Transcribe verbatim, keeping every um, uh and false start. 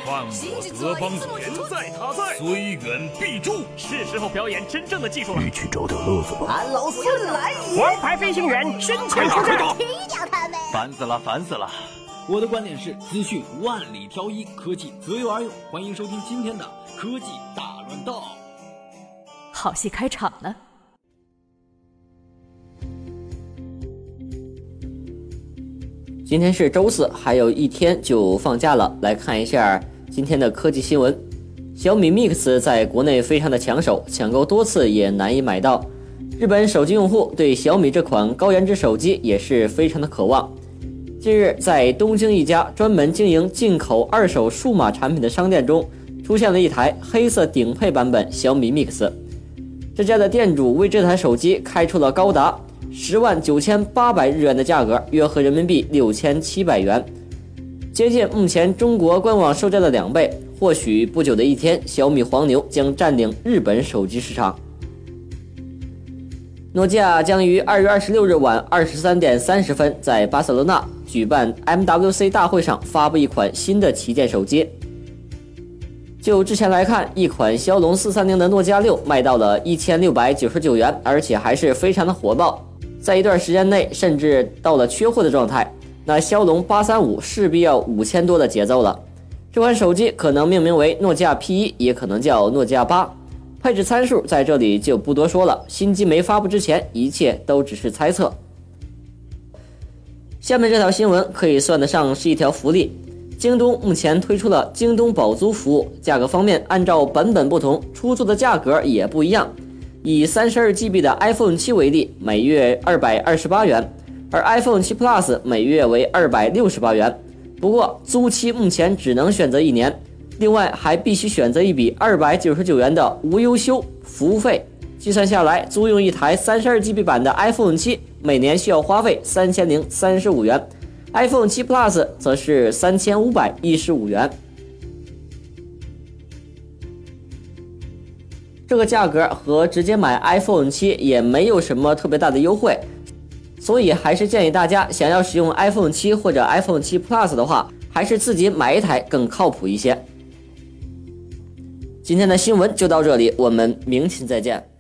犯我德邦人在他在，虽远必诛。 是时候表演真正的技术了。 一起找点乐子吧。 俺老孙来也！ 王牌飞行员身前出战， 踢掉他们！ 烦死了，烦死了！ 我的观点是：资讯万里挑一，科技择优而用。欢迎收听今天的科技大乱斗。 好戏开场了。 今天是周四，还有一天就放假了。来看一下今天的科技新闻。小米 Mix 在国内非常的抢手，抢购多次也难以买到。日本手机用户对小米这款高颜值手机也是非常的渴望。近日，在东京一家专门经营进口二手数码产品的商店中，出现了一台黑色顶配版本小米 Mix。这家的店主为这台手机开出了高达十万九千八百日元的价格，约合人民币六千七百元，接近目前中国官网售价的两倍。或许不久的一天，小米黄牛将占领日本手机市场。诺基亚将于二月二十六日晚二十三点三十分在巴塞罗那举办 M W C 大会上发布一款新的旗舰手机。就之前来看，一款骁龙四三零的诺基亚六卖到了一千六百九十九元，而且还是非常的火爆，在一段时间内甚至到了缺货的状态。那骁龙八三五势必要五千多的节奏了。这款手机可能命名为诺基亚 P 一， 也可能叫诺基亚八。配置参数在这里就不多说了，新机没发布之前，一切都只是猜测。下面这条新闻可以算得上是一条福利。京东目前推出了京东保租服务，价格方面按照版本不同，出租的价格也不一样。以 三十二 G B 的 iPhone 七为例，每月二百二十八元，而 iPhone 七 Plus 每月为二百六十八元。不过租期目前只能选择一年，另外还必须选择一笔二百九十九元的无忧修服务费。计算下来，租用一台 三十二 G B 版的 iPhone 七每年需要花费三千零三十五元， iPhone 七 Plus 则是三千五百一十五元。这个价格和直接买 iPhone 七也没有什么特别大的优惠，所以还是建议大家想要使用 iPhone 七或者 iPhone 七 Plus 的话，还是自己买一台更靠谱一些。今天的新闻就到这里，我们明天再见。